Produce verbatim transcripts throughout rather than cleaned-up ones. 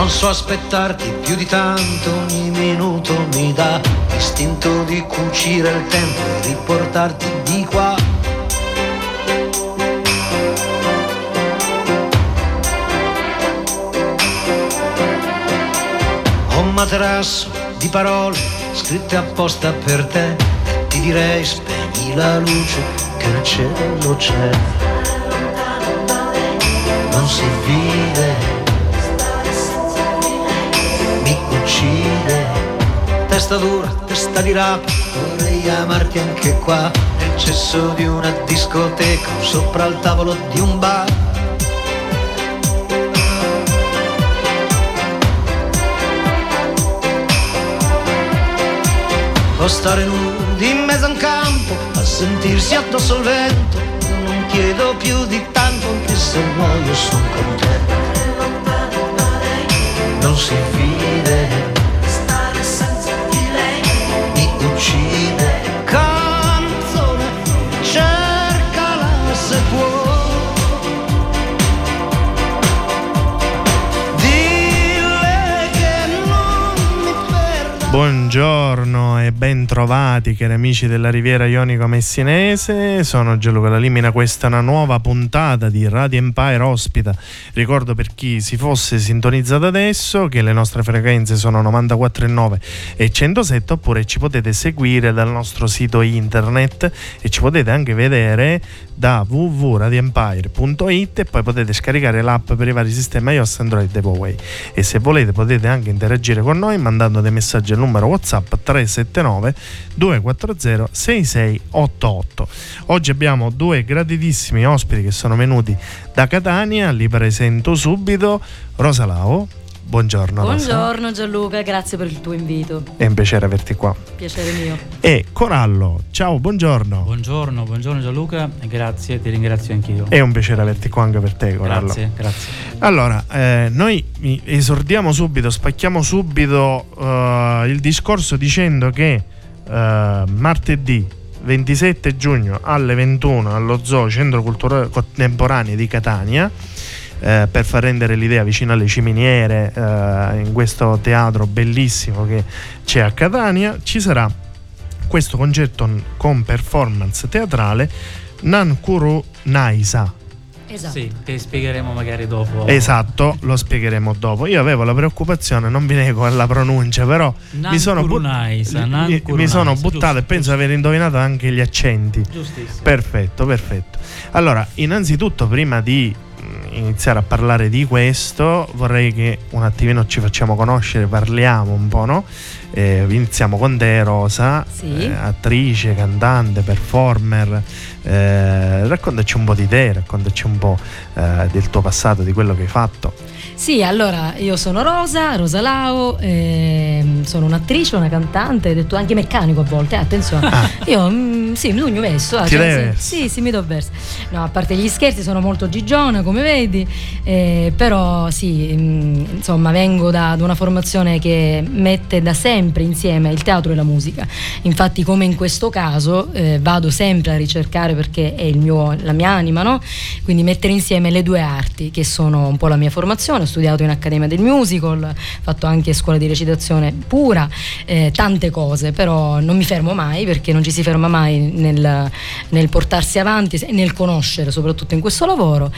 Non so aspettarti più di tanto, ogni minuto mi dà l'istinto di cucire il tempo e riportarti di qua. Ho un materasso di parole scritte apposta per te e ti direi spegni la luce che nel cielo c'è. Non si vive, mi uccide, testa dura, testa di rapa, vorrei amarti anche qua, nel cesso di una discoteca, sopra il tavolo di un bar. O stare nudi in mezzo a un campo, a sentirsi addosso al vento, non chiedo più di tanto, anche se muoio son contento. Non si vive, stare senza di lei mi uccide. Canzone, cercala se puoi. Dille che non mi perda. Buongiorno e ben trovati cari amici della Riviera Ionico Messinese, sono Gianluca La Limina, questa è una nuova puntata di Radio Empire Ospita. Ricordo per chi si fosse sintonizzato adesso che le nostre frequenze sono novantaquattro virgola nove e centosette, oppure ci potete seguire dal nostro sito internet e ci potete anche vedere da w w w punto radio empire punto i t, e poi potete scaricare l'app per i vari sistemi iOS, Android e Huawei. E se volete potete anche interagire con noi mandando dei messaggi al numero WhatsApp tre sette nove due quattro zero sei sei otto otto. Oggi abbiamo due graditissimi ospiti che sono venuti da Catania, li presento subito. Rosa Lao, buongiorno. Buongiorno Rosa. Gianluca, grazie per il tuo invito. È un piacere averti qua. Piacere mio. E Corallo, ciao, buongiorno. Buongiorno, buongiorno Gianluca, e grazie, ti ringrazio anch'io. È un piacere averti qua anche per te, Corallo. Grazie, grazie. Allora, eh, noi esordiamo subito, spacchiamo subito uh, il discorso dicendo che uh, martedì ventisette giugno alle ventuno allo Zoo, Centro Culturale Contemporaneo di Catania, eh, per far rendere l'idea vicino alle ciminiere, eh, in questo teatro bellissimo che c'è a Catania, ci sarà questo concerto con performance teatrale Nan Kuru Naisa. Esatto. Sì, ti spiegheremo magari dopo. Esatto, lo spiegheremo dopo. Io avevo la preoccupazione, non vi nego alla pronuncia, però mi sono, bu- mi, mi sono buttato, e penso di aver indovinato anche gli accenti. Giustissimo. Perfetto, perfetto. Allora, innanzitutto, prima di iniziare a parlare di questo, vorrei che un attimino ci facciamo conoscere, parliamo un po', no? Eh, iniziamo con te, Rosa, sì. eh, attrice, cantante, performer. Eh, raccontaci un po' di te, raccontaci un po' eh, del tuo passato, di quello che hai fatto. Sì, allora io sono Rosa, Rosa Lao, ehm, sono un'attrice, una cantante, detto anche meccanico a volte, eh, attenzione. Ah. Io mm, sì, mi sogno verso. Ti cioè, sì, sì, sì, mi do verso. No, a parte gli scherzi, sono molto gigiona, come vedi, eh, però sì, mh, insomma, vengo da, da una formazione che mette da sempre insieme il teatro e la musica. Infatti, come in questo caso, eh, vado sempre a ricercare, perché è il mio, la mia anima, no? Quindi mettere insieme le due arti, che sono un po' la mia formazione. Ho studiato in Accademia del Musical, ho fatto anche scuola di recitazione pura, eh, tante cose, però non mi fermo mai, perché non ci si ferma mai nel, nel portarsi avanti e nel conoscere, soprattutto in questo lavoro.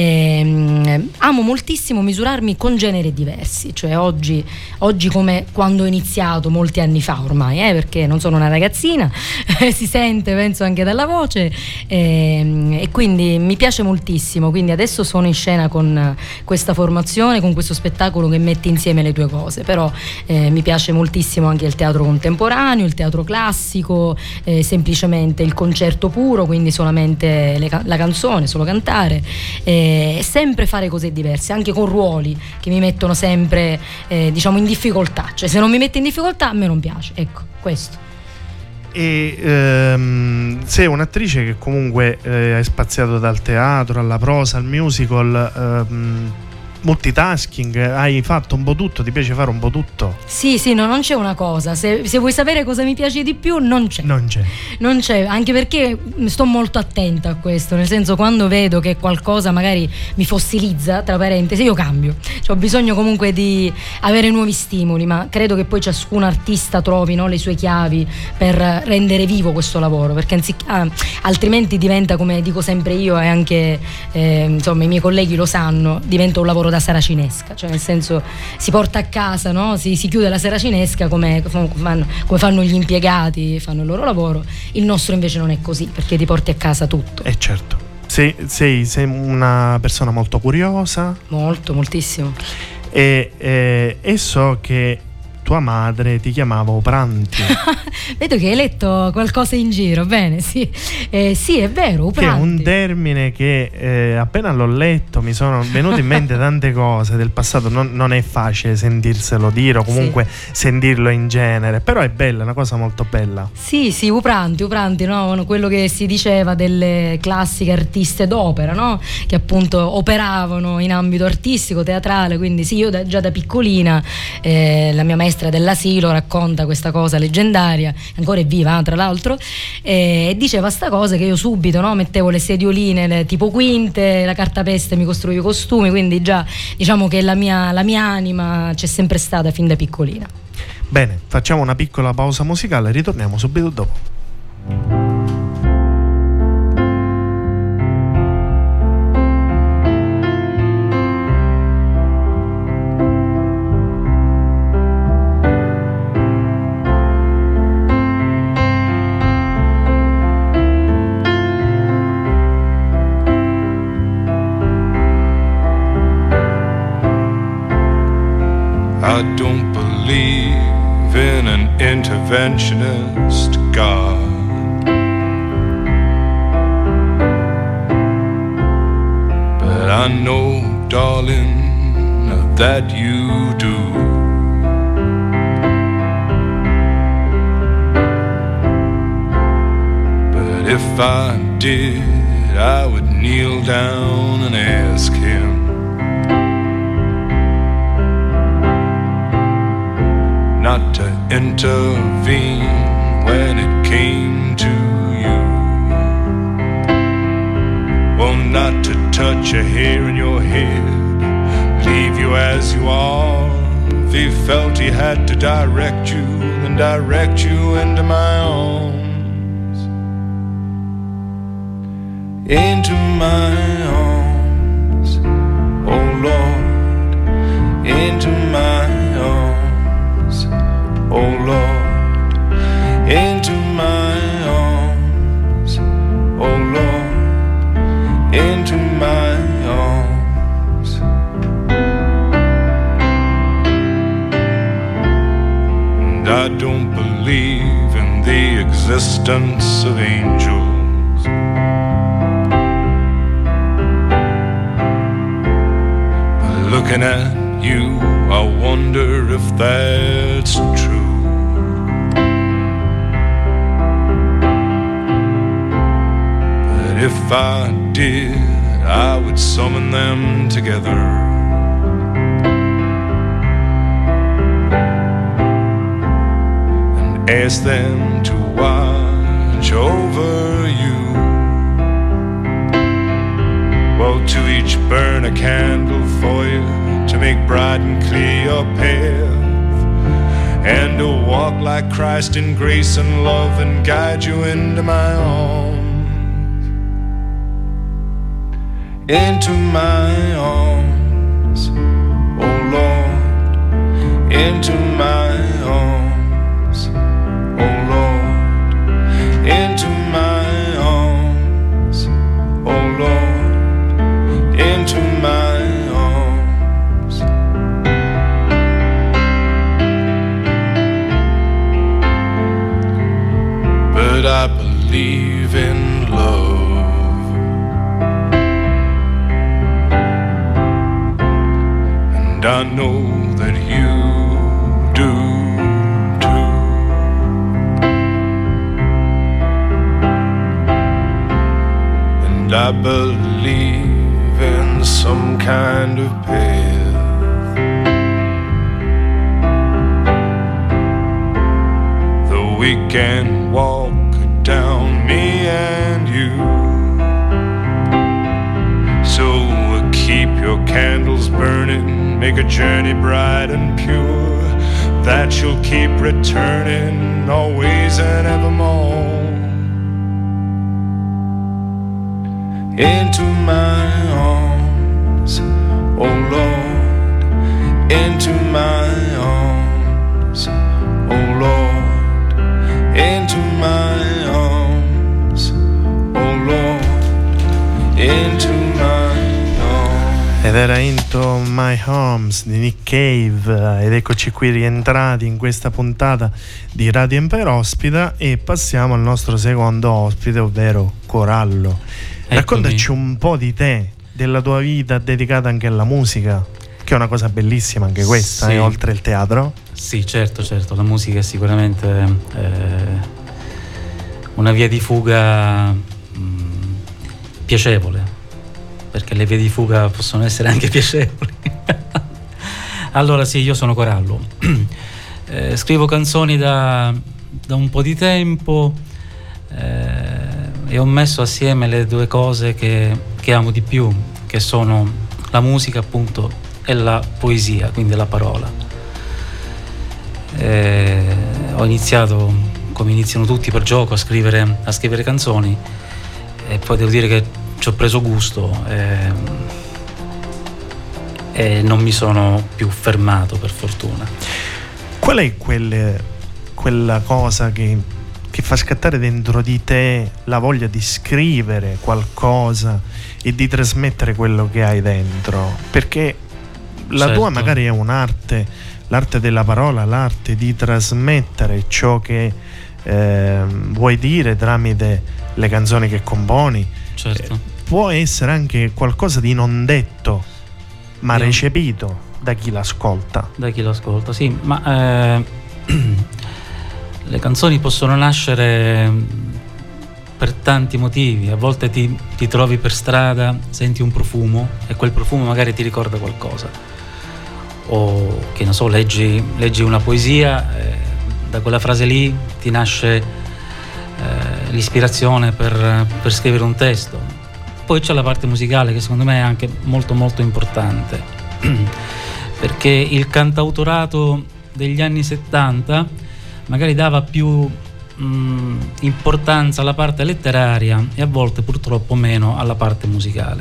E, amo moltissimo misurarmi con generi diversi, cioè oggi, oggi come quando ho iniziato molti anni fa ormai, eh, perché non sono una ragazzina, si sente penso anche dalla voce, e, e quindi mi piace moltissimo. Quindi adesso sono in scena con questa formazione, con questo spettacolo che mette insieme le due cose, però eh, mi piace moltissimo anche il teatro contemporaneo, il teatro classico, eh, semplicemente il concerto puro, quindi solamente le, la canzone, solo cantare, e eh, sempre fare cose diverse, anche con ruoli che mi mettono sempre eh, diciamo in difficoltà, cioè se non mi mette in difficoltà a me non piace, ecco, questo. E ehm, sei un'attrice che comunque eh, hai spaziato dal teatro alla prosa al musical, ehm, multitasking, hai fatto un po' tutto, ti piace fare un po' tutto? Sì, sì, no, non c'è una cosa. Se, se vuoi sapere cosa mi piace di più, non c'è. Non c'è. Non c'è, anche perché sto molto attenta a questo, nel senso, quando vedo che qualcosa magari mi fossilizza, tra parentesi, io cambio. Cioè, ho bisogno comunque di avere nuovi stimoli, ma credo che poi ciascun artista trovi, no, le sue chiavi per rendere vivo questo lavoro, perché anziché, ah, altrimenti diventa, come dico sempre io e anche eh, insomma i miei colleghi lo sanno, diventa un lavoro da saracinesca, cioè nel senso si porta a casa, no? si, si chiude la saracinesca come fanno, come fanno gli impiegati, fanno il loro lavoro. Il nostro invece non è così, perché ti porti a casa tutto. Eh certo, sei, sei, sei una persona molto curiosa. Molto, moltissimo. E, e, e so che tua madre ti chiamava Upranti. Vedo che hai letto qualcosa in giro, bene, sì, eh, sì, è vero, Upranti. Che è un termine che eh, appena l'ho letto mi sono venute in mente tante cose del passato. Non, non è facile sentirselo dire o comunque sì. sentirlo in genere, però è bella, è una cosa molto bella. Sì, sì, Upranti, Upranti, no? Quello che si diceva delle classiche artiste d'opera, no? Che appunto operavano in ambito artistico, teatrale, quindi sì, io da, già da piccolina eh, la mia maestra dell'asilo racconta questa cosa leggendaria, ancora è viva tra l'altro, e diceva sta cosa che io subito, no, mettevo le sedioline le, tipo quinte, la cartapeste, mi costruivo i costumi, quindi già diciamo che la mia, la mia anima c'è sempre stata fin da piccolina. Bene, facciamo una piccola pausa musicale e ritorniamo subito dopo. I don't believe in an interventionist God, but I know, darling, that you do. But if I did, I would kneel down and ask him not to intervene when it came to you. Well, not to touch a hair in your head, leave you as you are. If he felt he had to direct you, then direct you into my arms, into my arms, oh Lord, into my arms. Oh Lord, into my arms. Oh Lord, into my arms. And I don't believe in the existence of angels, but looking at you, I wonder if that's true. But if I did, I would summon them together and ask them to watch over you. Well, to each burn a candle for you, to make bright and clear your path, and to walk like Christ in grace and love and guide you into my arms, into my arms, oh Lord, into my arms, oh Lord, into my arms, oh Lord, into my but I believe in love, and I know that you do too. And I believe in some kind of pain can walk down, me and you. So keep your candles burning, make a journey bright and pure, that you'll keep returning always and evermore. Into my arms, oh Lord, into my arms, oh Lord, into my arms, oh Lord, into my arms. Ed era Into My Arms di Nick Cave, ed eccoci qui rientrati in questa puntata di Radio Empire Ospita e passiamo al nostro secondo ospite, ovvero Corallo. Eccomi. Raccontaci un po' di te, della tua vita dedicata anche alla musica, che è una cosa bellissima anche questa, sì. eh, oltre il teatro. Sì, certo, certo, la musica è sicuramente eh, una via di fuga mh, piacevole, perché le vie di fuga possono essere anche piacevoli. Allora sì, io sono Corallo, eh, scrivo canzoni da, da un po' di tempo, eh, e ho messo assieme le due cose che, che amo di più, che sono la musica appunto e la poesia, quindi la parola. Eh, ho iniziato, come iniziano tutti, per gioco a scrivere, a scrivere canzoni, e poi devo dire che ci ho preso gusto e, e non mi sono più fermato, per fortuna. Qual è quelle, quella cosa che che fa scattare dentro di te la voglia di scrivere qualcosa e di trasmettere quello che hai dentro? Perché la Certo. tua magari è un'arte, l'arte della parola, l'arte di trasmettere ciò che eh, vuoi dire tramite le canzoni che componi. Certo. Eh, può essere anche qualcosa di non detto, ma Io- recepito da chi l'ascolta. Da chi lo ascolta, sì, ma eh, le canzoni possono nascere per tanti motivi. A volte ti, ti trovi per strada, senti un profumo e quel profumo magari ti ricorda qualcosa, o che ne so, leggi, leggi una poesia, eh, da quella frase lì ti nasce eh, l'ispirazione per, per scrivere un testo. Poi c'è la parte musicale, che secondo me è anche molto molto importante, perché il cantautorato degli anni settanta magari dava più mh, importanza alla parte letteraria e a volte purtroppo meno alla parte musicale.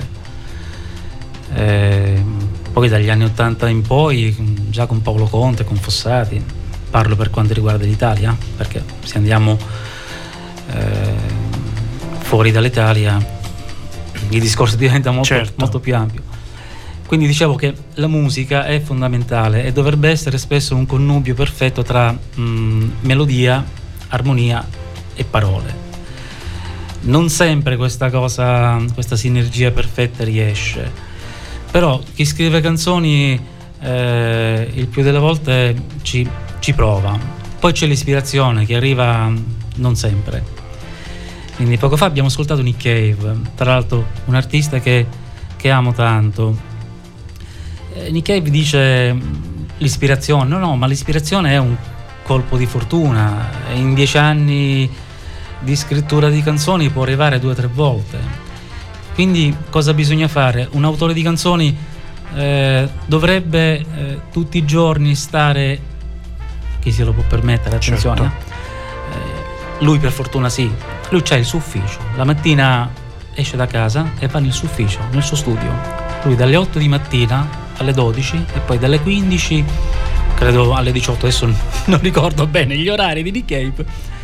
Eh, poi dagli anni ottanta in poi, già con Paolo Conte, con Fossati, parlo per quanto riguarda l'Italia, perché se andiamo eh, fuori dall'Italia il discorso diventa molto, Certo. molto più ampio. Quindi dicevo che la musica è fondamentale e dovrebbe essere spesso un connubio perfetto tra mh, melodia, armonia e parole. Non sempre questa cosa, questa sinergia perfetta riesce, però chi scrive canzoni eh, il più delle volte ci, ci prova. Poi c'è l'ispirazione che arriva non sempre. Quindi poco fa abbiamo ascoltato Nick Cave, tra l'altro un artista che, che amo tanto. Nick Cave dice l'ispirazione, no no, ma l'ispirazione è un colpo di fortuna, in dieci anni di scrittura di canzoni può arrivare due o tre volte. Quindi cosa bisogna fare? Un autore di canzoni eh, dovrebbe eh, tutti i giorni stare, chi se lo può permettere, attenzione, Certo. eh, lui per fortuna sì, lui c'ha il suo ufficio, la mattina esce da casa e va nel suo ufficio, nel suo studio, lui dalle otto di mattina alle dodici e poi dalle quindici credo alle diciotto, adesso non ricordo bene gli orari di Nick Cave,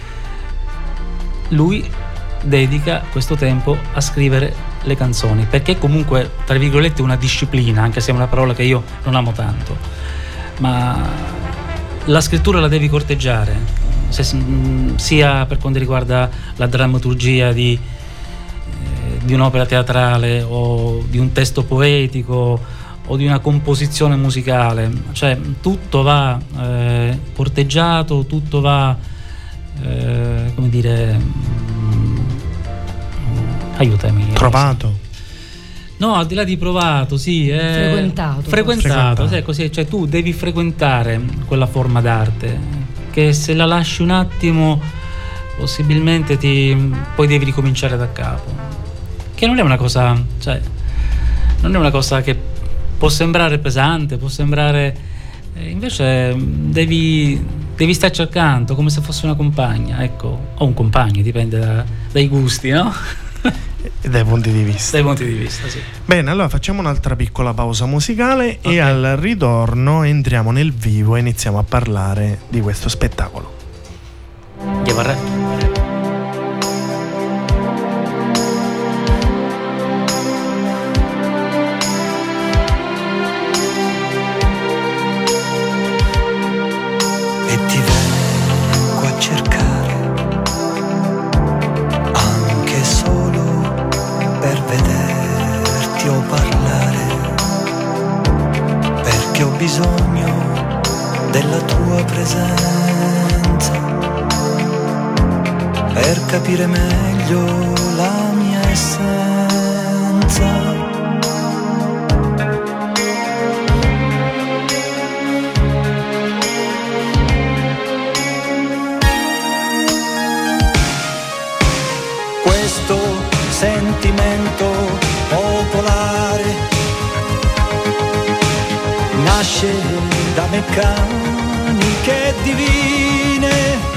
lui dedica questo tempo a scrivere le canzoni, perché comunque tra virgolette una disciplina, anche se è una parola che io non amo tanto, ma la scrittura la devi corteggiare, se, sia per quanto riguarda la drammaturgia di, eh, di un'opera teatrale o di un testo poetico o di una composizione musicale, cioè tutto va eh, corteggiato, tutto va eh, come dire mh, aiutami Trovato. no, al di là di provato, sì, eh, Frequentato. frequentato, Frequentato. sì, così, cioè tu devi frequentare quella forma d'arte che se la lasci un attimo possibilmente ti, poi devi ricominciare da capo, che non è una cosa, cioè, non è una cosa che può sembrare pesante, può sembrare, eh, invece devi, devi starci accanto come se fosse una compagna, ecco, o un compagno, dipende da, dai gusti, no? E dai punti di vista. Dai punti di vista, sì. Bene, allora facciamo un'altra piccola pausa musicale, okay. E al ritorno entriamo nel vivo e iniziamo a parlare di questo spettacolo. Andiamo a re. Bisogno della tua presenza per capire meglio la mia essenza. Questo sentimento popolare nasce da meccaniche divine,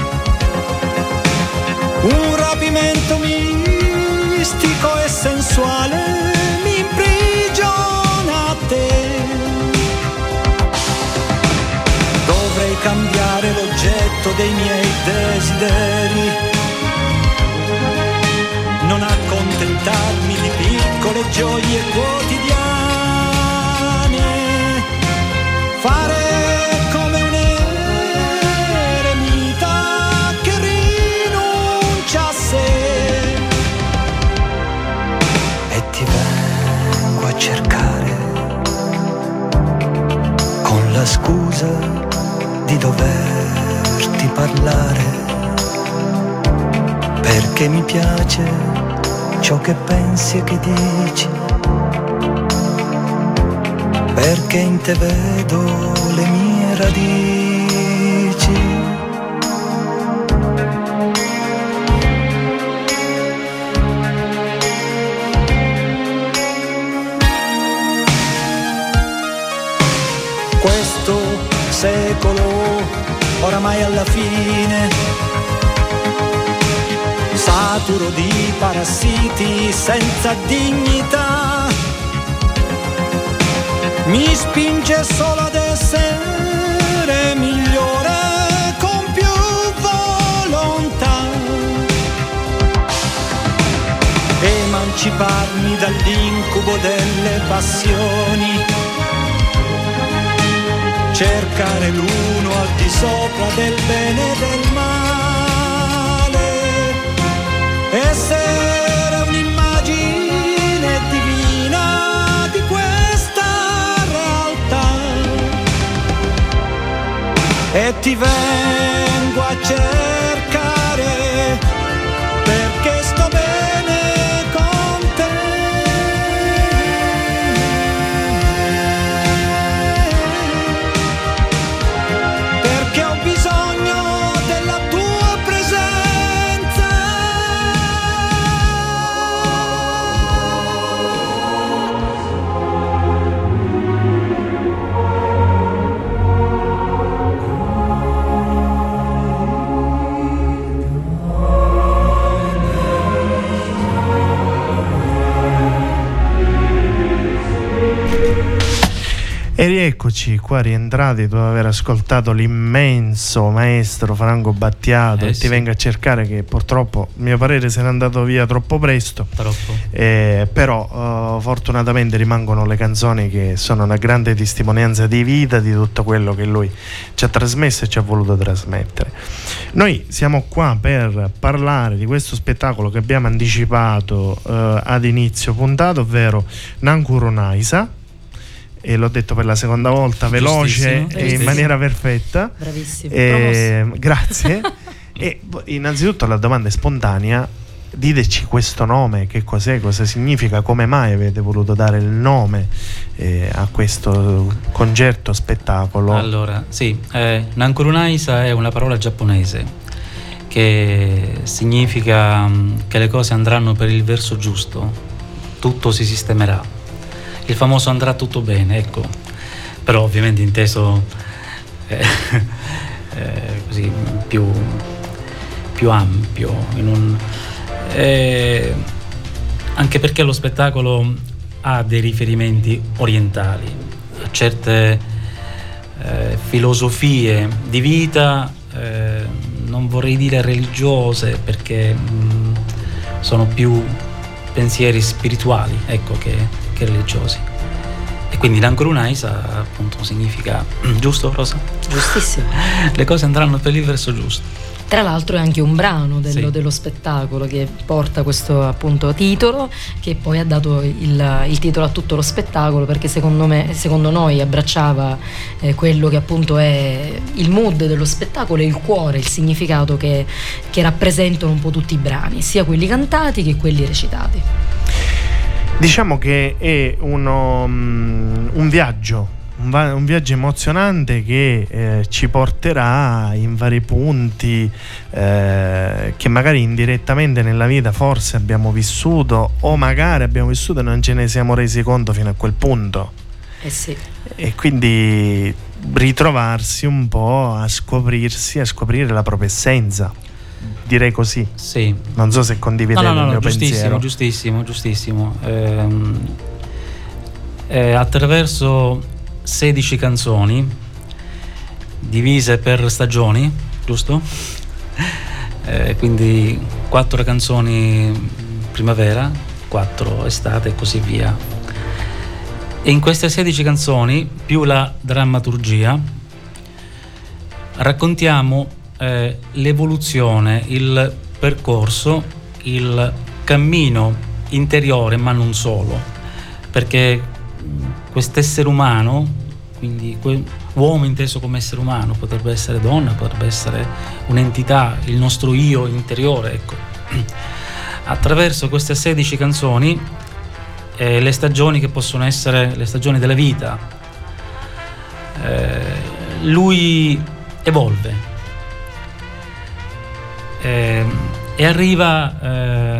un rapimento mistico e sensuale mi imprigiona a te. Dovrei cambiare l'oggetto dei miei desideri, non accontentarmi di piccole gioie quotidiane, fare come un eremita che rinuncia a sé, e ti vengo a cercare con la scusa di doverti parlare, perché mi piace ciò che pensi e che dici, perché in te vedo le mie radici. Questo secolo oramai alla fine, saturo di parassiti senza dignità, mi spinge solo ad essere migliore con più volontà, emanciparmi dall'incubo delle passioni, cercare l'uno al di sopra del bene e del male, essere un'immagine divina di questa realtà, e ti vengo a cercare perché sto bene con te, perché ho bisogno della tua presenza. E rieccoci qua rientrati dopo aver ascoltato l'immenso maestro Franco Battiato, eh e sì. ti vengo a cercare, che purtroppo a mio parere se n'è andato via troppo presto. Troppo. Eh, però uh, fortunatamente rimangono le canzoni che sono una grande testimonianza di vita di tutto quello che lui ci ha trasmesso e ci ha voluto trasmettere. Noi siamo qua per parlare di questo spettacolo che abbiamo anticipato uh, ad inizio puntata, ovvero Nankurunaisa, e l'ho detto per la seconda volta veloce e in maniera perfetta. Bravissimo. Eh, grazie. E innanzitutto la domanda è spontanea: diteci questo nome, che cos'è, cosa significa, come mai avete voluto dare il nome eh, a questo concerto spettacolo? Allora, sì, eh, Nankurunaisa è una parola giapponese che che significa che le cose andranno per il verso giusto, tutto si sistemerà, il famoso andrà tutto bene, ecco, però ovviamente inteso eh, eh, così più, più ampio, in un, eh, anche perché lo spettacolo ha dei riferimenti orientali a certe eh, filosofie di vita, eh, non vorrei dire religiose perché mh, sono più pensieri spirituali, ecco, che, che religiosi. E quindi l'Ancorunaisa appunto significa giusto, Rosa? Giustissimo. Le cose andranno per il verso giusto. Tra l'altro è anche un brano dello, Sì. dello spettacolo che porta questo appunto titolo, che poi ha dato il, il titolo a tutto lo spettacolo, perché secondo me, secondo noi abbracciava eh, quello che appunto è il mood dello spettacolo e il cuore, il significato che, che rappresentano un po' tutti i brani, sia quelli cantati che quelli recitati. Diciamo che è uno, um, un viaggio, un, va- un viaggio emozionante che eh, ci porterà in vari punti eh, che magari indirettamente nella vita forse abbiamo vissuto, o magari abbiamo vissuto e non ce ne siamo resi conto fino a quel punto. Eh sì. E quindi ritrovarsi un po' a scoprirsi, a scoprire la propria essenza. Direi così. Sì. Non so se condividete No, no, no, il mio giustissimo, pensiero. giustissimo, giustissimo. Ehm, eh, attraverso sedici canzoni divise per stagioni, giusto? Eh, quindi quattro canzoni primavera, quattro estate e così via. E in queste sedici canzoni, più la drammaturgia, raccontiamo eh, l'evoluzione, il percorso, il cammino interiore, ma non solo, perché quest'essere umano, quindi que- uomo inteso come essere umano, potrebbe essere donna, potrebbe essere un'entità, il nostro io interiore, ecco. Attraverso queste sedici canzoni, eh, le stagioni che possono essere le stagioni della vita, eh, lui evolve eh, e arriva eh,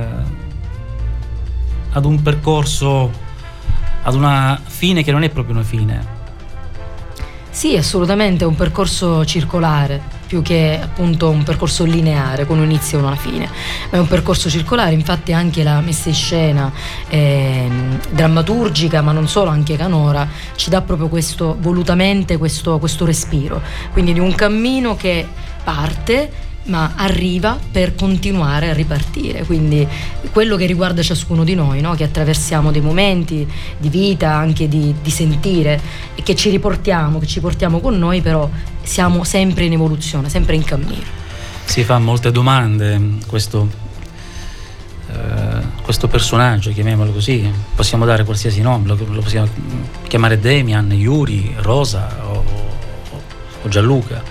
ad un percorso, ad una fine che non è proprio una fine. Sì, assolutamente, è un percorso circolare, più che appunto un percorso lineare con un inizio e una fine, ma è un percorso circolare. Infatti anche la messa in scena eh, drammaturgica, ma non solo, anche canora, ci dà proprio questo, volutamente questo, questo respiro, quindi di un cammino che parte ma arriva per continuare a ripartire, quindi quello che riguarda ciascuno di noi, no? Che attraversiamo dei momenti di vita, anche di, di sentire, e che ci riportiamo, che ci portiamo con noi, però siamo sempre in evoluzione, sempre in cammino. Si fa molte domande questo, eh, questo personaggio, chiamiamolo così, possiamo dare qualsiasi nome, lo, lo possiamo chiamare Damian, Yuri, Rosa o, o Gianluca,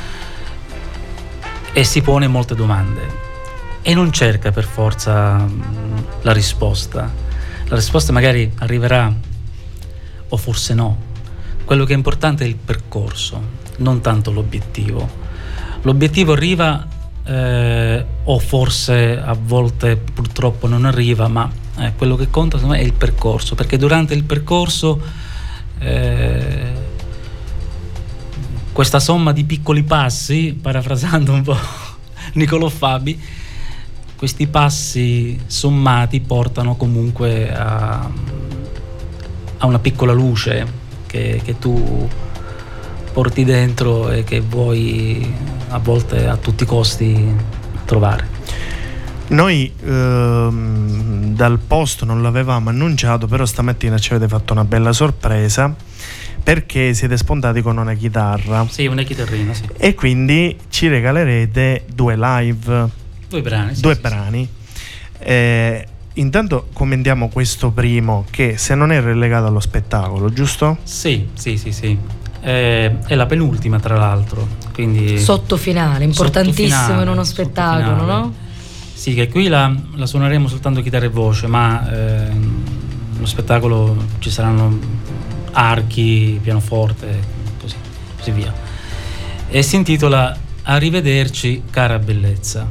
e si pone molte domande e non cerca per forza mh, la risposta. La risposta magari arriverà o forse no. Quello che è importante è il percorso, non tanto l'obiettivo. L'obiettivo arriva eh, o forse a volte purtroppo non arriva, ma eh, quello che conta secondo me è il percorso, perché durante il percorso eh, questa somma di piccoli passi, parafrasando un po' Niccolò Fabi, questi passi sommati portano comunque a, a una piccola luce che, che tu porti dentro e che vuoi a volte a tutti i costi trovare. Noi ehm, dal posto non l'avevamo annunciato, però stamattina ci avete fatto una bella sorpresa, perché siete spuntati con una chitarra. Sì, una chitarrina, sì. E quindi ci regalerete due live, Due brani. Sì, due sì, brani. Eh, intanto commentiamo questo primo, che se non è relegato allo spettacolo, giusto? Sì, sì, sì, sì. Eh, è la penultima, tra l'altro. Quindi Sottofinale, importantissimo sottofinale, in uno spettacolo, sottofinale. no? Sì, che qui la, la suoneremo soltanto chitarra e voce, ma ehm, lo spettacolo ci saranno archi, pianoforte, così, così via. E si intitola arrivederci cara bellezza.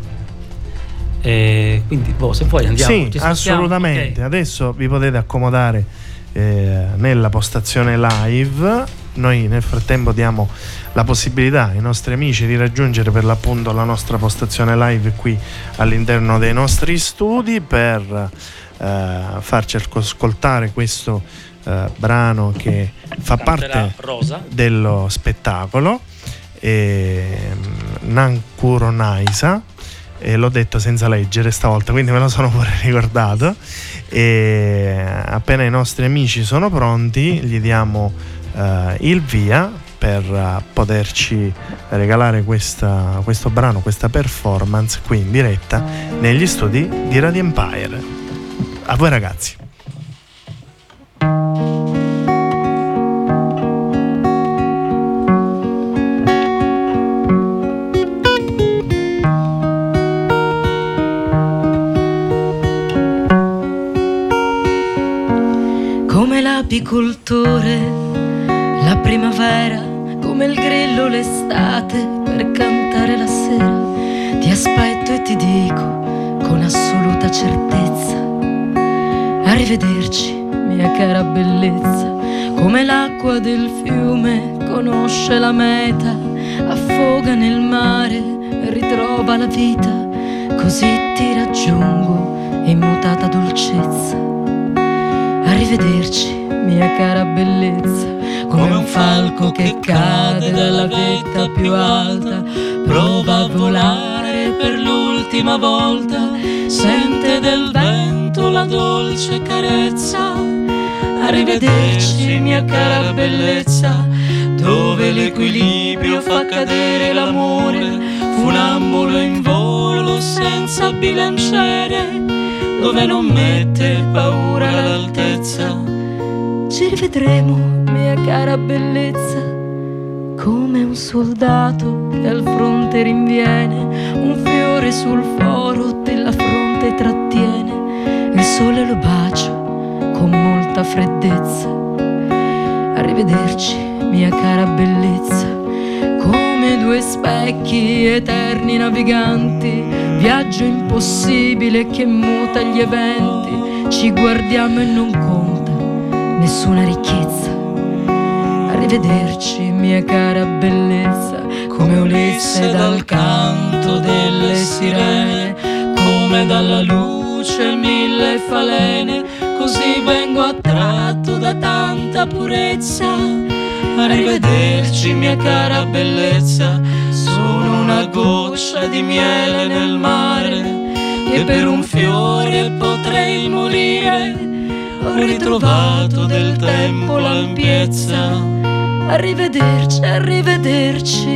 E quindi boh, se poi andiamo. Sì, assolutamente. Okay. Adesso vi potete accomodare eh, nella postazione live. Noi nel frattempo diamo la possibilità ai nostri amici di raggiungere per l'appunto la nostra postazione live qui all'interno dei nostri studi per eh, farci ascoltare questo eh, brano che fa parte Rosa. dello spettacolo, eh, Nankuro Naisa, e l'ho detto senza leggere stavolta, quindi me lo sono pure ricordato. E appena i nostri amici sono pronti gli diamo uh, il via per uh, poterci regalare questa, questo brano, questa performance qui in diretta negli studi di Radio Empire. A voi ragazzi. L'apicoltore, la primavera, come il grillo l'estate, per cantare la sera ti aspetto e ti dico con assoluta certezza: arrivederci mia cara bellezza. Come l'acqua del fiume conosce la meta, affoga nel mare, ritrova la vita, così ti raggiungo in mutata dolcezza. Arrivederci mia cara bellezza, come un falco che cade dalla vetta più alta, prova a volare per l'ultima volta, sente del vento la dolce carezza. Arrivederci mia cara bellezza, dove l'equilibrio fa cadere l'amore, funambolo in volo senza bilanciere, dove non mette paura l'altezza. Ci rivedremo, mia cara bellezza, come un soldato che al fronte rinviene, un fiore sul foro della fronte trattiene, il sole lo bacia con molta freddezza. Arrivederci, mia cara bellezza, come due specchi eterni naviganti, viaggio impossibile che muta gli eventi, ci guardiamo e non conta nessuna ricchezza. Arrivederci mia cara bellezza, come Ulisse dal canto delle sirene, come dalla luce mille falene, così vengo attratto da tanta purezza. Arrivederci mia cara bellezza, sono una goccia di miele nel mare, che per un fiore potrei morire. Ho ritrovato del tempo l'ampiezza. Arrivederci, arrivederci,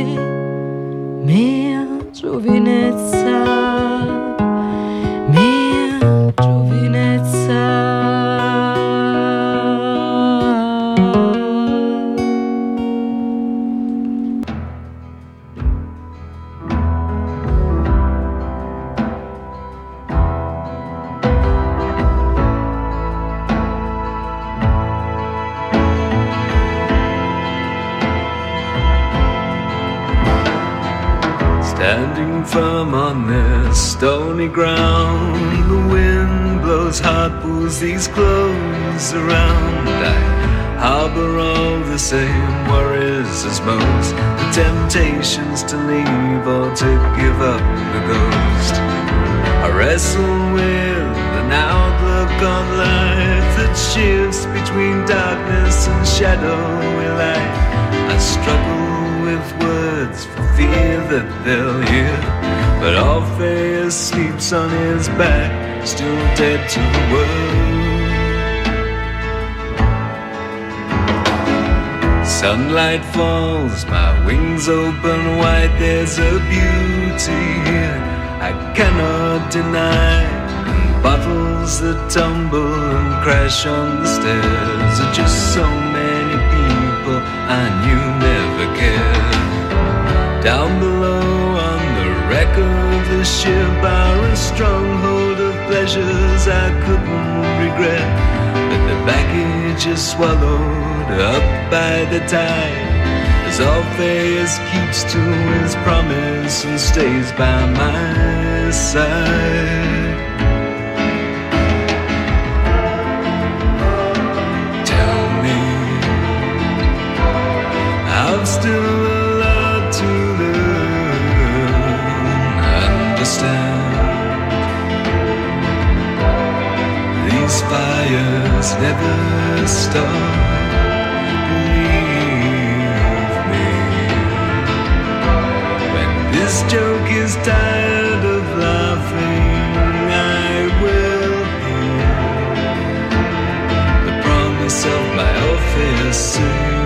mia giovinezza, mia giovinezza. Standing firm on this stony ground, the wind blows hot, pulls these clothes around. I harbor all the same worries as most, the temptations to leave or to give up the ghost. I wrestle with an outlook on life that shifts between darkness and shadowy light. I struggle with words for fear that they'll hear, but Orpheus sleeps on his back, still dead to the world. Sunlight falls, my wings open wide, there's a beauty here I cannot deny. And bottles that tumble and crash on the stairs are just so many people I knew never cared. Down below on the wreck of the ship are a stronghold of pleasures I couldn't regret, but the baggage is swallowed up by the tide. The as Orpheus keeps to his promise and stays by my side. Tell me, I've still a lot to learn, understand. These fires never stop. This joke is tired of laughing, I will hear the promise of my Orpheus sing.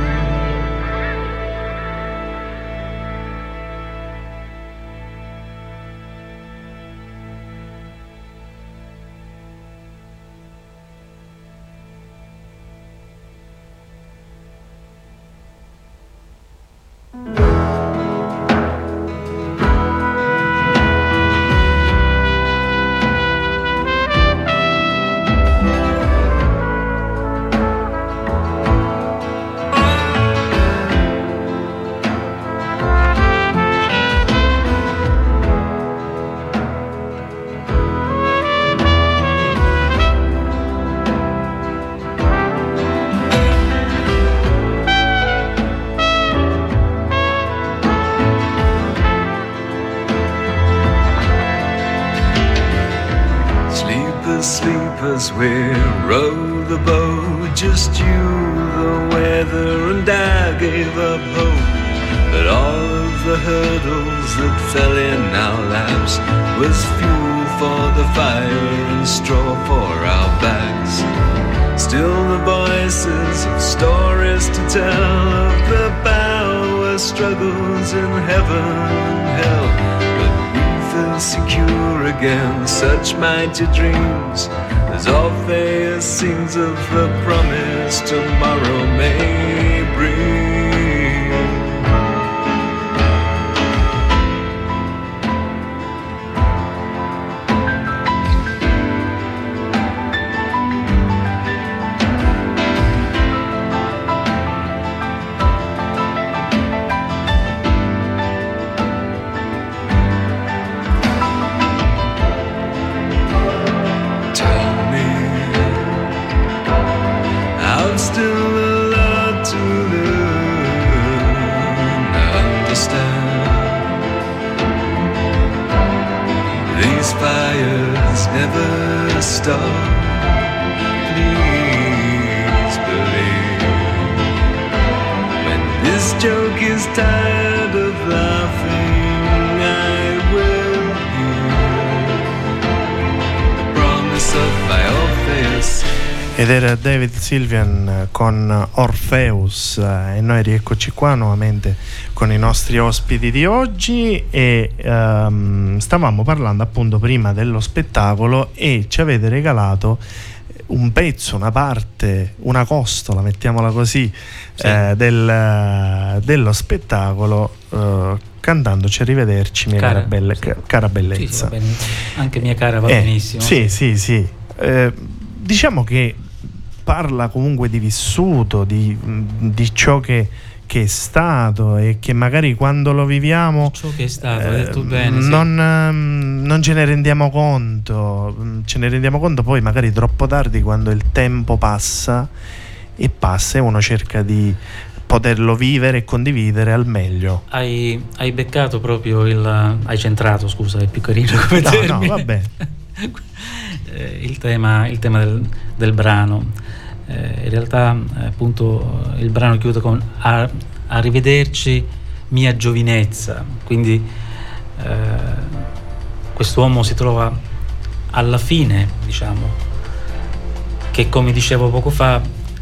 Sleepers, we row the boat, just you, the weather, and I gave up hope. But all of the hurdles that fell in our laps was fuel for the fire and straw for our backs. Still the voices of stories to tell of the power struggles in heaven and hell. But we feel secure against such mighty dreams, as Orpheus sings of the promise tomorrow may bring. Ed era David Sylvian con Orpheus, e noi rieccoci qua nuovamente con i nostri ospiti di oggi e um, stavamo parlando appunto prima dello spettacolo e ci avete regalato un pezzo, una parte, una costola, mettiamola così, sì. eh, del, dello spettacolo, uh, cantandoci Arrivederci mia cara, cara, belle, sì. cara bellezza. Sì, sì, anche mia cara va eh, benissimo. Sì, sì, sì. Eh, diciamo che parla comunque di vissuto, di, di ciò che, che è stato e che magari quando lo viviamo ciò che è stato, hai detto bene, non, sì. non ce ne rendiamo conto, ce ne rendiamo conto poi magari troppo tardi, quando il tempo passa e passa e uno cerca di poterlo vivere e condividere al meglio. Hai, hai beccato proprio il hai centrato, scusa, è più carino come no, termine. No, vabbè. il tema, il tema del, del brano. Eh, in realtà eh, appunto il brano chiude con a, Arrivederci mia giovinezza, quindi eh, quest'uomo si trova alla fine, diciamo, che come dicevo poco fa,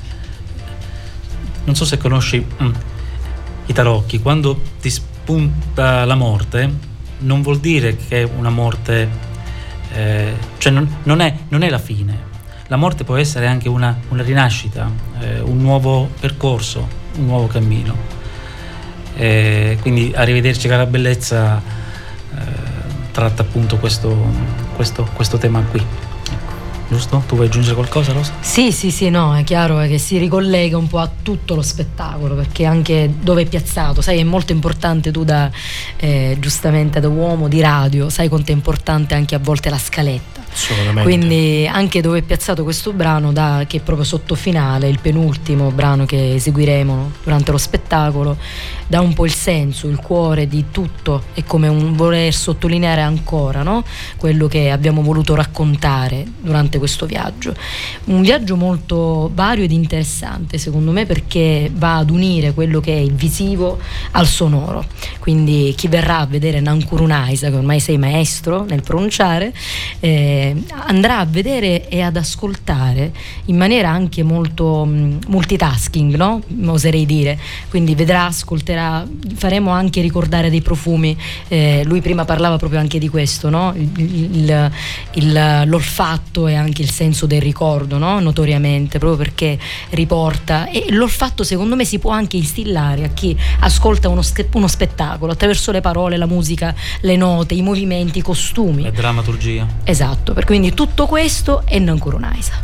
non so se conosci mm, i tarocchi, quando ti spunta la morte non vuol dire che è una morte, eh, cioè non, non, è, non è la fine. La morte può essere anche una, una rinascita, eh, un nuovo percorso, un nuovo cammino. Eh, quindi Arrivederci cara bellezza eh, tratta appunto questo, questo, questo tema qui. Ecco. giusto? Tu vuoi aggiungere qualcosa, Rosa? Sì, sì, sì, no, è chiaro che si ricollega un po' a tutto lo spettacolo, perché anche dove è piazzato, sai, è molto importante, tu da eh, giustamente da uomo di radio, sai quanto è importante anche a volte la scaletta. Assolutamente. Quindi anche dove è piazzato questo brano, da, che è proprio sotto finale, il penultimo brano che eseguiremo durante lo spettacolo, dà un po' il senso, il cuore di tutto, è come un voler sottolineare ancora, no? Quello che abbiamo voluto raccontare durante questo viaggio. Un viaggio molto vario ed interessante secondo me, perché va ad unire quello che è il visivo al sonoro, quindi chi verrà a vedere Nankurunaisa, che ormai sei maestro nel pronunciare, eh, andrà a vedere e ad ascoltare in maniera anche molto mh, multitasking, no? Oserei dire, quindi vedrà, ascolterà, faremo anche ricordare dei profumi, eh, lui prima parlava proprio anche di questo, no? il, il, il, l'olfatto e anche il senso del ricordo, no? Notoriamente, proprio perché riporta, e l'olfatto secondo me si può anche instillare a chi ascolta uno, uno spettacolo attraverso le parole, la musica, le note, i movimenti, i costumi, la drammaturgia. Esatto, per quindi tutto questo è Nankurunaisa.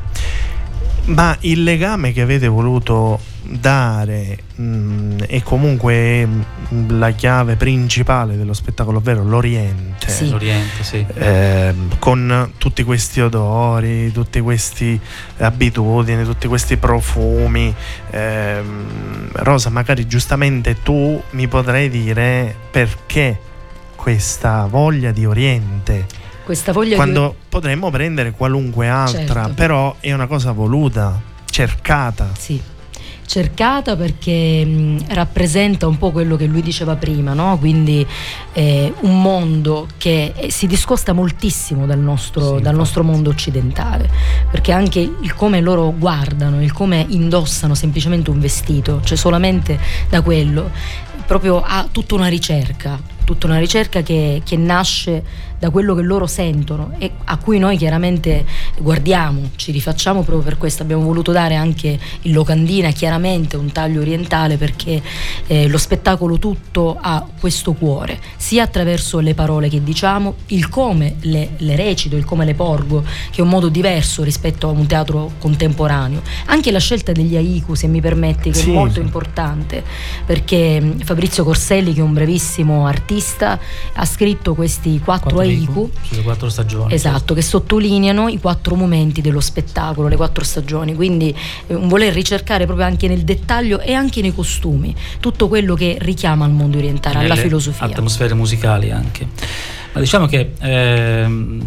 Ma il legame che avete voluto dare mh, è comunque mh, la chiave principale dello spettacolo, ovvero l'Oriente. Sì. L'Oriente, sì. Eh, con tutti questi odori, tutti questi abitudini, tutti questi profumi. Eh, Rosa, magari giustamente tu mi potrai dire perché questa voglia di Oriente, Questa voglia quando di... potremmo prendere qualunque altra, Certo. però è una cosa voluta, cercata. Sì, cercata perché mh, rappresenta un po' quello che lui diceva prima, no? Quindi eh, un mondo che eh, si discosta moltissimo dal nostro, Sì, dal nostro mondo occidentale, perché anche il come loro guardano, il come indossano semplicemente un vestito, cioè solamente da quello, proprio ha tutta una ricerca, tutta una ricerca che, che nasce da quello che loro sentono e a cui noi chiaramente guardiamo, ci rifacciamo. Proprio per questo abbiamo voluto dare anche in locandina chiaramente un taglio orientale, perché eh, lo spettacolo tutto ha questo cuore, sia attraverso le parole che diciamo, il come le, le recito, il come le porgo, che è un modo diverso rispetto a un teatro contemporaneo, anche la scelta degli haiku, se mi permetti, che Sì. è molto importante, perché mh, Fabrizio Corselli, che è un bravissimo artista, ha scritto questi quattro, Quattro haiku, sulle quattro stagioni. esatto, che sottolineano i quattro momenti dello spettacolo, le quattro stagioni, quindi eh, un voler ricercare proprio anche nel dettaglio e anche nei costumi tutto quello che richiama al mondo orientale, alla Nelle filosofia. atmosfere musicali anche. Ma diciamo che ehm,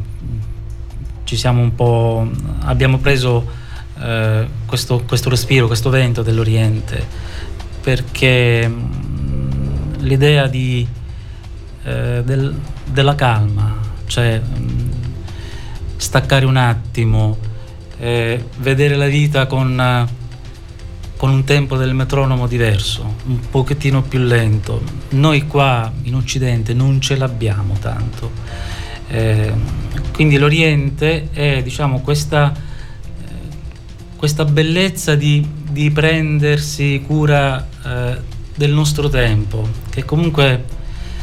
ci siamo un po', abbiamo preso eh, questo, questo respiro, questo vento dell'Oriente, perché mh, l'idea di eh, del, della calma, cioè mh, staccare un attimo, eh, vedere la vita con, con un tempo del metronomo diverso, un pochettino più lento. Noi qua in Occidente non ce l'abbiamo tanto, eh, quindi l'Oriente è, diciamo, questa, eh, questa bellezza di, di prendersi cura eh, del nostro tempo, che comunque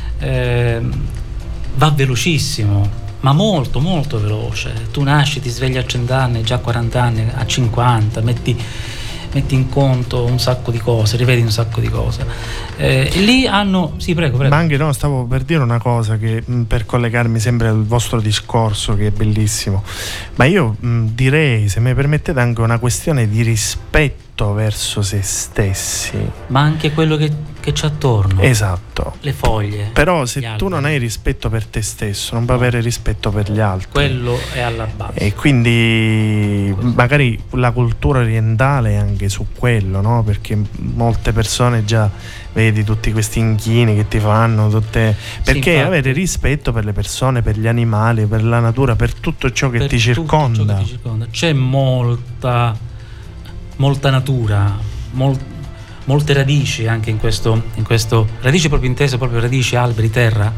eh, va velocissimo, ma molto molto veloce. Tu nasci, ti svegli a cent'anni, già a quaranta anni, a cinquanta, metti, metti in conto un sacco di cose, rivedi un sacco di cose. Eh, e lì hanno... Sì, prego, prego. Ma anche no, stavo per dire una cosa che mh, per collegarmi sempre al vostro discorso, che è bellissimo, ma io mh, direi, se mi permettete, anche una questione di rispetto verso se stessi, Ma anche quello che, che c'è attorno, esatto. le foglie. Però se gli tu alberi. non hai rispetto per te stesso, non puoi avere rispetto per gli altri. Quello è alla base. E quindi magari la cultura orientale è anche su quello, no? Perché molte persone già vedi tutti questi inchini che ti fanno, tutte... perché infatti. avere rispetto per le persone, per gli animali, per la natura, per tutto ciò che Per ti tutto circonda. ciò che ti circonda. C'è molta molta natura, mol, molte radici anche in questo, in questo radici proprio intese, proprio radici, alberi, terra,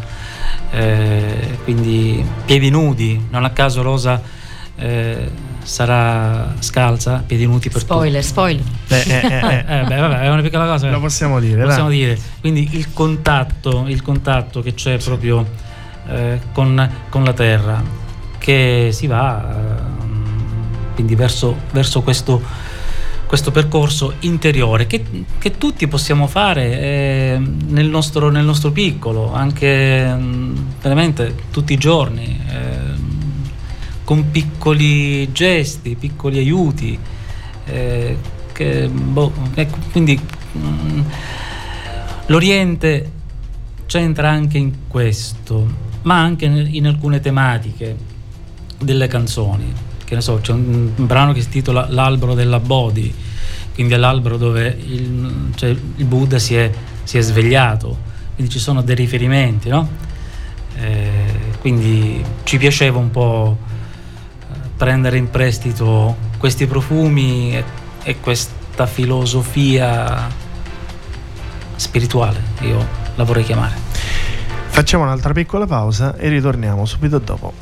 eh, quindi piedi nudi. Non a caso Rosa eh, sarà scalza, piedi nudi per Spoiler, spoiler. Eh, eh, eh, eh. eh, beh, vabbè, è una piccola cosa. Lo possiamo dire, Lo possiamo dai. dire. Quindi il contatto, il contatto che c'è proprio eh, con, con la terra, che si va eh, quindi verso, verso questo, questo percorso interiore che, che tutti possiamo fare eh, nel, nostro, nel nostro piccolo, anche mh, veramente tutti i giorni, eh, con piccoli gesti, piccoli aiuti, eh, che, boh, ecco, quindi mh, l'Oriente c'entra anche in questo, ma anche in alcune tematiche delle canzoni. Che ne so, c'è un, un brano che si intitola L'albero della Bodhi, quindi è l'albero dove il, cioè, il Buddha si è, si è svegliato, quindi ci sono dei riferimenti, no? Eh, quindi ci piaceva un po' prendere in prestito questi profumi e, e questa filosofia spirituale, io la vorrei chiamare. Facciamo un'altra piccola pausa e ritorniamo subito dopo.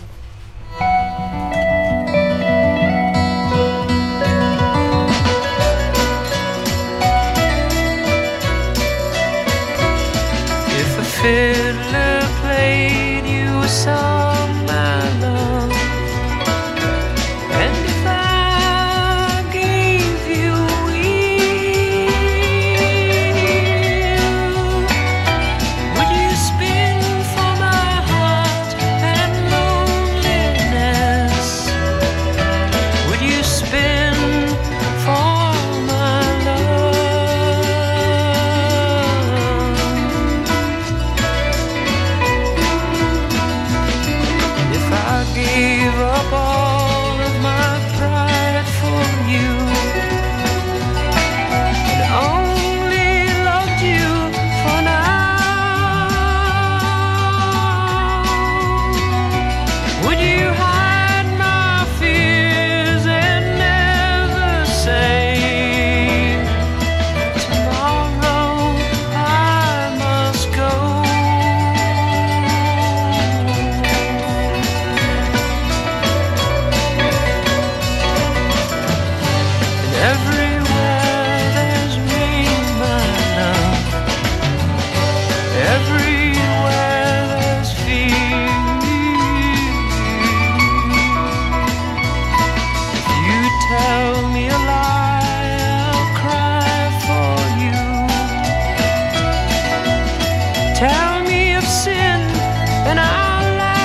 If a fiddler played you a song, my love, and if I gave you a ear, would you spin for my heart and loneliness? Would you spin for my love? If I gave up all of my pride for you and only loved you for now, would you hide my fears and never say, tomorrow I must go? And everywhere there's rain, my love, everywhere there's fear. If you tell me a lie, I'll cry for you. Tell me of sin and I'll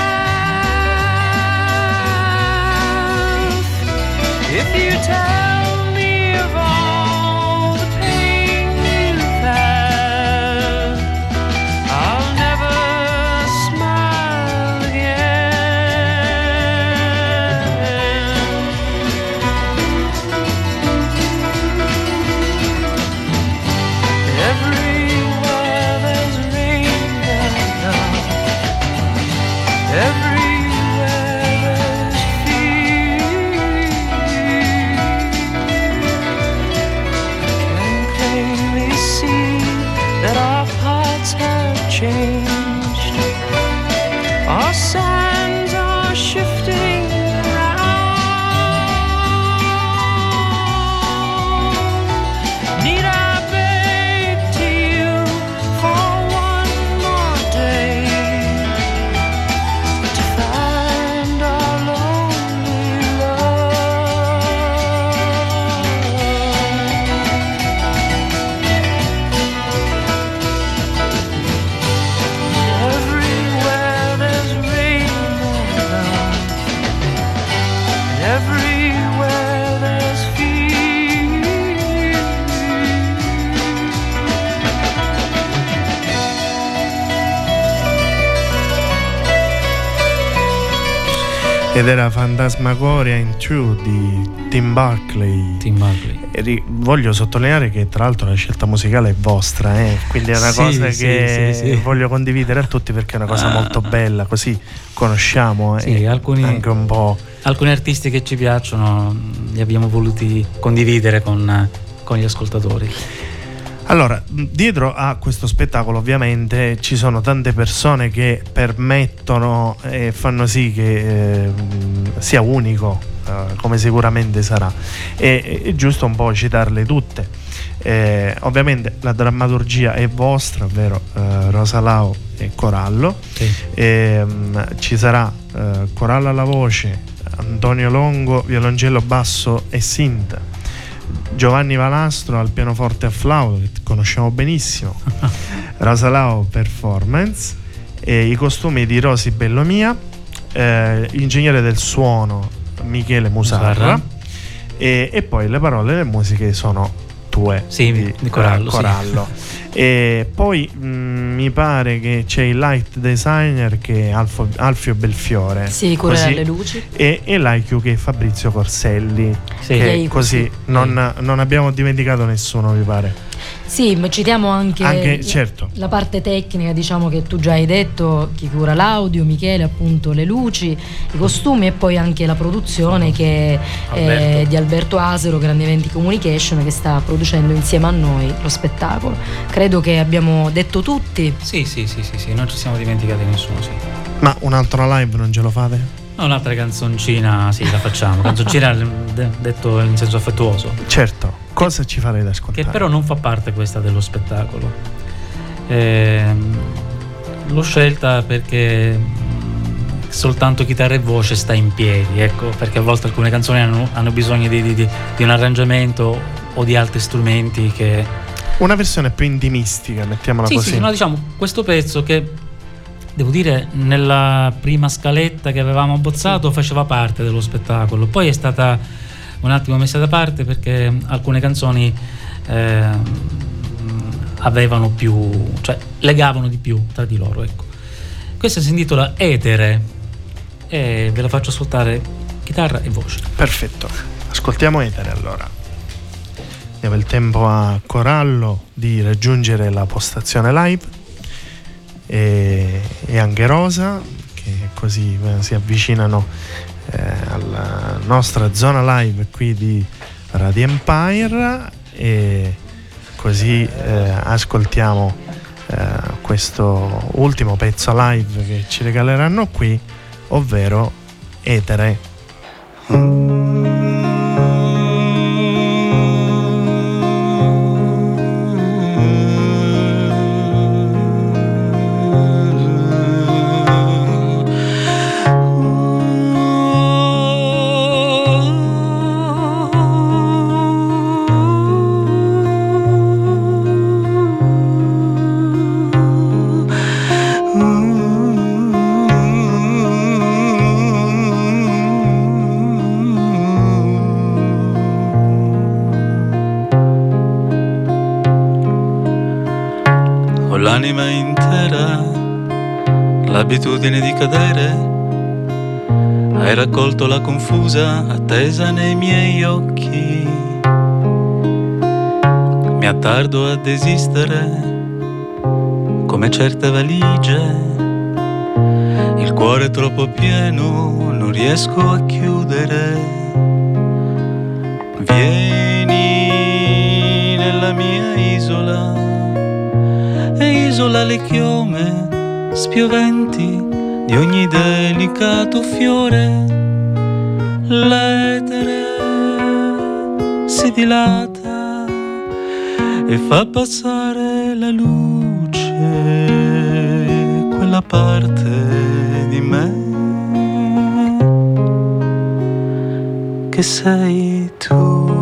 laugh. If you tell me of all the pain you've had, I'll never smile again. Everywhere there's rain, my love, everywhere there's fear. Can plainly see that our paths have changed. Our sands are shifting around. Need I beg to you for one more day to find our lonely love? Everywhere there's rain, my love, everywhere there's fear. Ed era Fantasmagoria in True di Tim Buckley. Tim Buckley. E ri- voglio sottolineare che tra l'altro la scelta musicale è vostra, eh? Quindi è una Sì, cosa sì, che sì, sì. voglio condividere a tutti perché è una cosa molto bella, così conosciamo Sì, e alcuni- anche un po'. Alcuni artisti che ci piacciono mh, li abbiamo voluti condividere con, con gli ascoltatori. Allora, dietro a questo spettacolo ovviamente ci sono tante persone che permettono e fanno sì che eh, sia unico, eh, come sicuramente sarà. E è giusto un po' citarle tutte. Eh, ovviamente la drammaturgia è vostra, ovvero eh, Rosa Lao e Corallo. Sì. E, mh, ci sarà eh, Corallo alla voce, Antonio Longo violoncello, basso e synth, Giovanni Valastro al pianoforte e flauto, che conosciamo benissimo, Rosalao performance, e i costumi di Rosi Bellomia, eh, l'ingegnere del suono Michele Musarra, Musarra. E, e poi le parole e le musiche sono tue, sì, di, di Corallo, Corallo. Sì. E poi mh, mi pare che c'è il light designer che è Alfo, Alfio Belfiore, sì, cura le luci, e, e l'I Q che è Fabrizio Corselli, sì, che così sì. non, non abbiamo dimenticato nessuno, mi pare. Sì, ma citiamo anche, anche la, certo. la parte tecnica, diciamo, che tu già hai detto, chi cura l'audio, Michele, appunto le luci, i costumi, e poi anche la produzione che Alberto. è di Alberto Asero, Grandi Eventi Communication, che sta producendo insieme a noi lo spettacolo. Credo che abbiamo detto tutti. Sì, sì, sì, sì, sì, non ci siamo dimenticati nessuno, sì. Ma un altro live non ce lo fate? No, un'altra canzoncina, sì, la facciamo. Canzoncina de- detto in senso affettuoso. Certo. Cosa ci farei da ascoltare? Che però non fa parte questa dello spettacolo. Eh, l'ho scelta perché soltanto chitarra e voce sta in piedi, ecco, perché a volte alcune canzoni hanno, hanno bisogno di, di, di un arrangiamento o di altri strumenti che... Una versione più intimistica, mettiamola sì, così. Sì, no, diciamo, questo pezzo che, devo dire, nella prima scaletta che avevamo abbozzato sì. faceva parte dello spettacolo, poi è stata un attimo messa da parte perché alcune canzoni eh, avevano più, cioè legavano di più tra di loro, ecco. Questa si intitola Etere e ve la faccio ascoltare chitarra e voce. Perfetto, ascoltiamo Etere allora. Diamo il tempo a Corallo di raggiungere la postazione live e, e anche Rosa, che così si avvicinano Eh, alla nostra zona live qui di Radio Empire, e così eh, ascoltiamo eh, questo ultimo pezzo live che ci regaleranno qui, ovvero Etere. L'anima intera, l'abitudine di cadere, hai raccolto la confusa attesa nei miei occhi. Mi attardo a desistere, come certe valigie, il cuore è troppo pieno, non riesco a chiudere. Vieni nella mia isola, e isola le chiome spioventi di ogni delicato fiore. L'etere si dilata e fa passare la luce, quella parte di me che sei tu.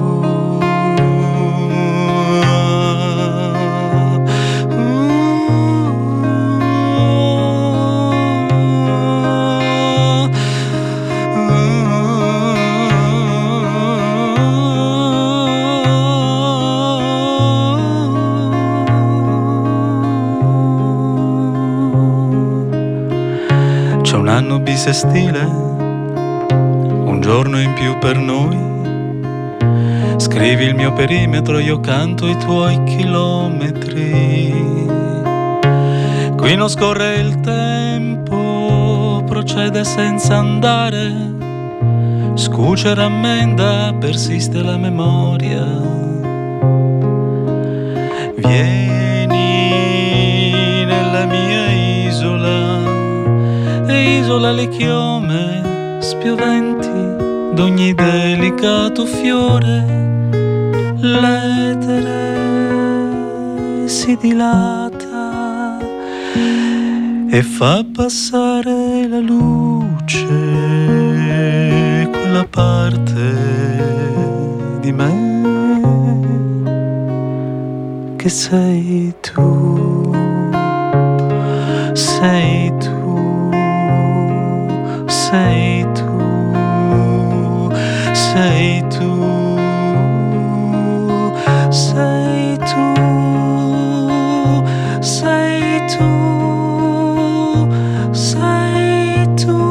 Anno bisestile, un giorno in più per noi. Scrivi il mio perimetro, io canto i tuoi chilometri. Qui non scorre il tempo, procede senza andare. Scuce, rammenda, persiste la memoria. Vieni nella mia isola, isola le chiome spioventi d'ogni delicato fiore. L'etere si dilata e fa passare la luce, che sei tu, sei tu, sei tu, sei tu, sei tu, sei tu, sei tu.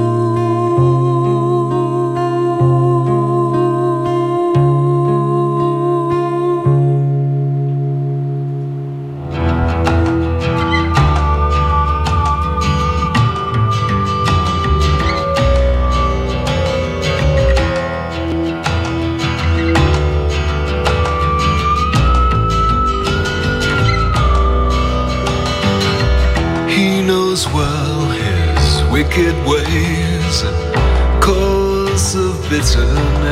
Well, his wicked ways and cause of bitterness,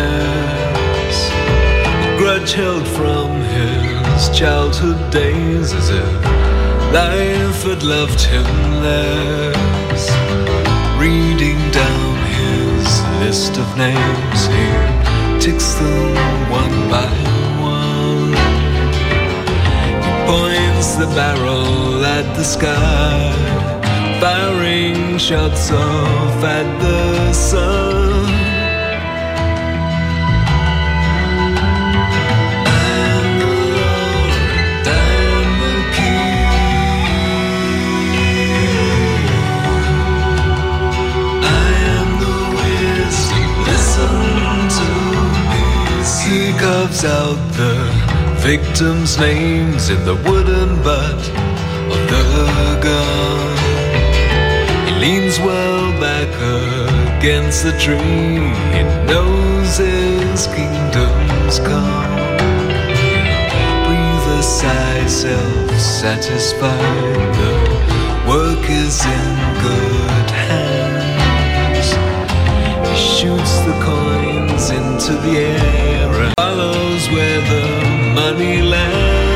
a grudge held from his childhood days, as if life had loved him less. Reading down his list of names, he ticks them one by one. He points the barrel at the sky, firing shots off at the sun. I'm the Lord, I'm the King. I am the wisdom, listen to me. He carves out the victims' names in the wooden butt of the gun. Leans well back against the tree. He knows his kingdom's come. Breathe a sigh, self-satisfied. The work is in good hands. He shoots the coins into the air and follows where the money lands.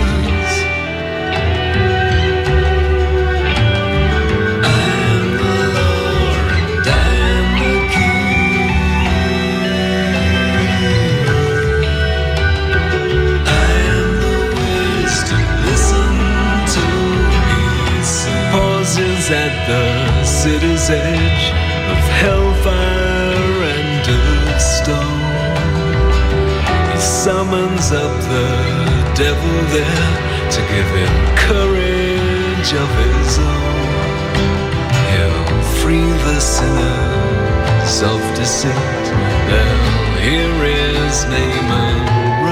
At the city's edge of hellfire and of stone, he summons up the devil there to give him courage of his own. He'll free the sinners of deceit, they'll hear his name and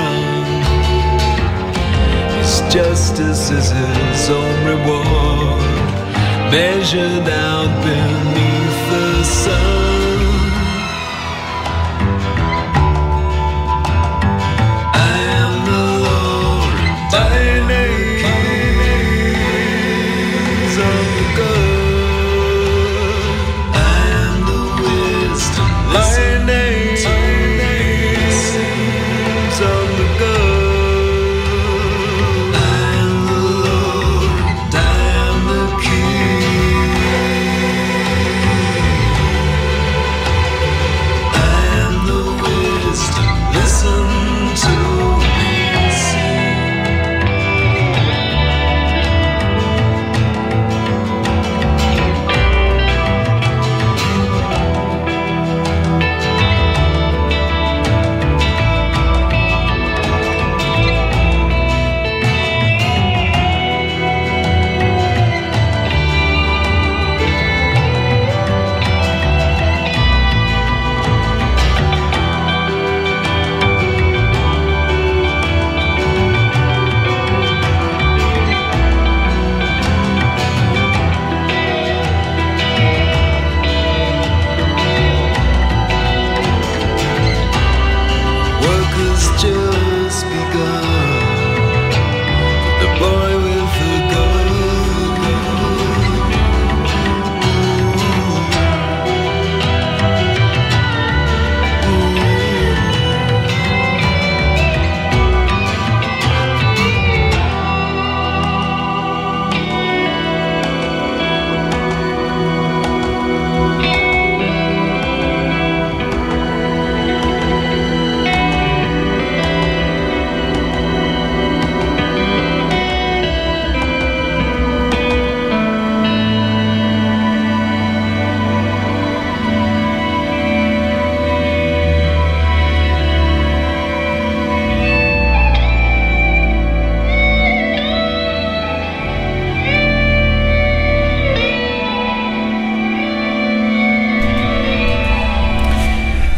run. His justice is his own reward, measured out beneath the sun. I am the Lord, my name is of the good. I am the wisdom, my name is of the good.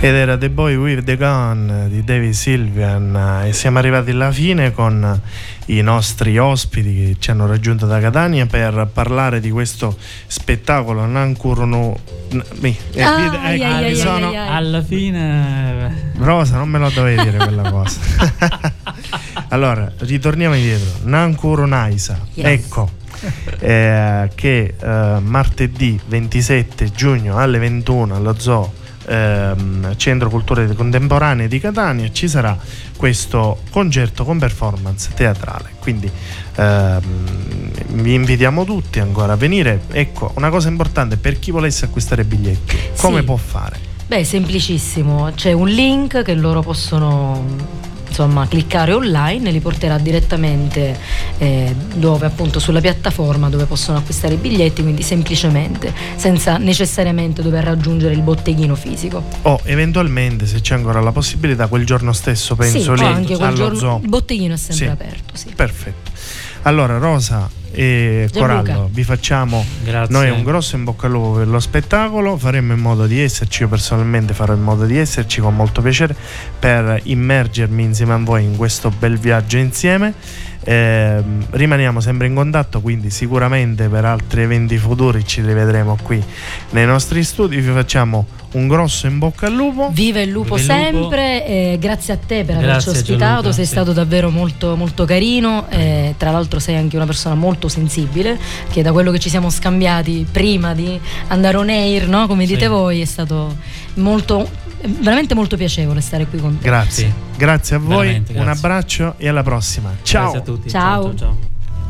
Ed era The Boy with the Gun di David Sylvian, e siamo arrivati alla fine con i nostri ospiti che ci hanno raggiunto da Catania per parlare di questo spettacolo Nankurunu. Eh, Ah, ecco, ai, ai, mi ai, sono- ai, ai. Alla fine Rosa, non me lo dovevi dire quella cosa. Allora, ritorniamo indietro. Nankurunaisa, Yes. ecco, eh, che eh, martedì ventisette giugno alle ventuno allo Zoo, ehm, Centro Culture Contemporanee di Catania, ci sarà questo concerto con performance teatrale. Quindi ehm, vi invitiamo tutti ancora a venire. Ecco, una cosa importante per chi volesse acquistare biglietti, come Sì. può fare? Beh, semplicissimo, c'è un link che loro possono insomma cliccare online e li porterà direttamente eh, dove appunto sulla piattaforma dove possono acquistare i biglietti, quindi semplicemente, senza necessariamente dover raggiungere il botteghino fisico. O eventualmente, se c'è ancora la possibilità, quel giorno stesso, penso Sì, lì o anche quel allo giorno Zoo. il botteghino è sempre Sì. aperto, sì. Perfetto. Allora, Rosa e Gianluca. Corallo, vi facciamo Grazie. noi un grosso in bocca al lupo per lo spettacolo. Faremo in modo di esserci, io personalmente farò in modo di esserci con molto piacere per immergermi insieme a voi in questo bel viaggio insieme. Eh, rimaniamo sempre in contatto, quindi sicuramente per altri eventi futuri ci rivedremo qui nei nostri studi. Vi facciamo un grosso in bocca al lupo. Viva il lupo Viva il lupo. sempre, e grazie a te per Grazie, averci ospitato, Gianluca, sei sì. stato davvero molto, molto carino, e tra l'altro sei anche una persona molto sensibile, che da quello che ci siamo scambiati prima di andare on air, no? Come dite Sì. voi, è stato molto, veramente molto piacevole stare qui con te. Grazie, Sì. grazie a voi, Veramente, un grazie. abbraccio e alla prossima. Ciao. Grazie a tutti. Ciao. ciao, ciao.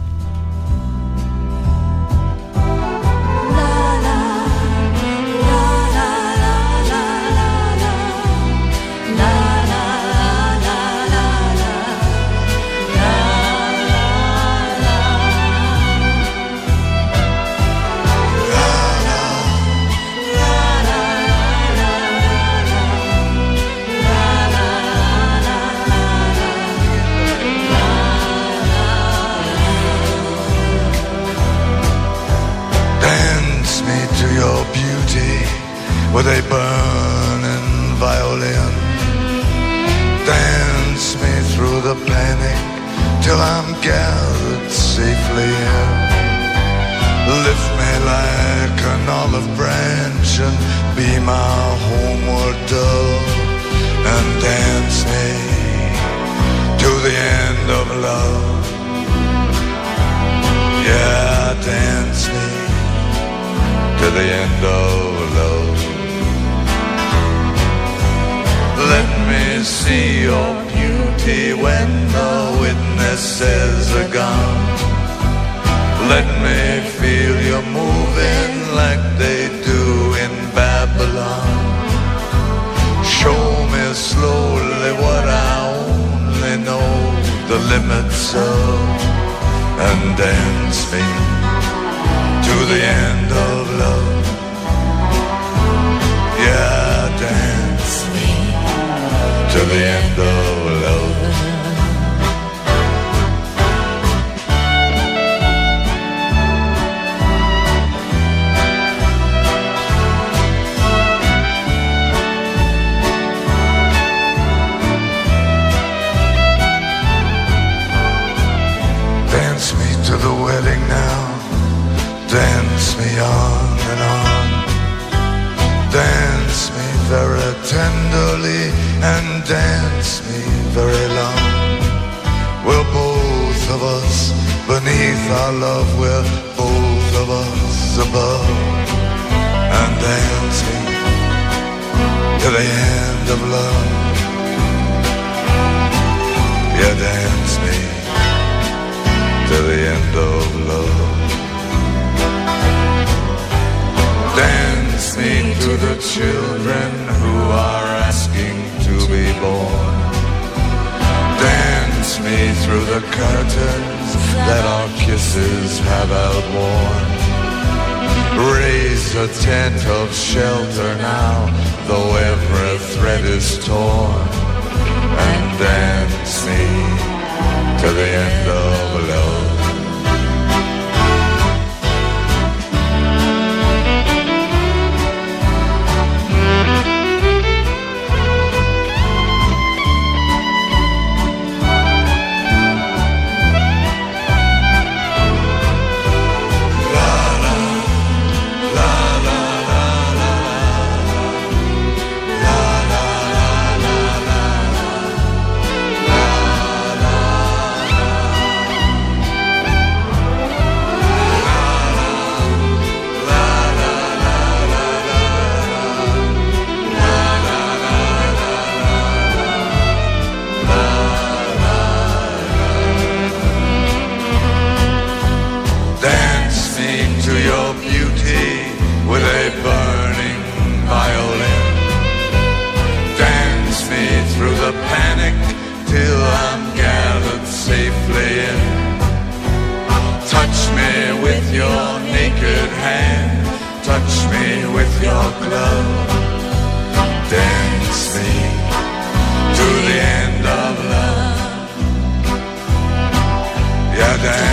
Dance me to your beauty with a burning violin. Dance me through the panic till I'm gathered safely in. Lift me like an olive branch and be my homeward dove. And dance me to the end of love. Yeah, dance me to the end of love. Let me see your beauty when the witnesses are gone. Let me feel you moving like they do in Babylon. Show me slowly what I only know the limits of, and dance me to the end of love. Yeah, dance me to the end of love. Dance me to the wedding now. Dance me on and on. Dance me very tenderly and dance me very long. We're both of us beneath our love, we're both of us above. And dance me to the end of love. Yeah, dance me to the end of love. Dance me to the children who are asking to be born. Dance me through the curtains that our kisses have outworn. Raise a tent of shelter now, though every thread is torn. And dance me to the end of love. me to your beauty with a burning violin. Dance me through the panic till I'm gathered safely in. Touch me with your naked hand, touch me with your glove. Dance me to the end of love. Yeah, dance.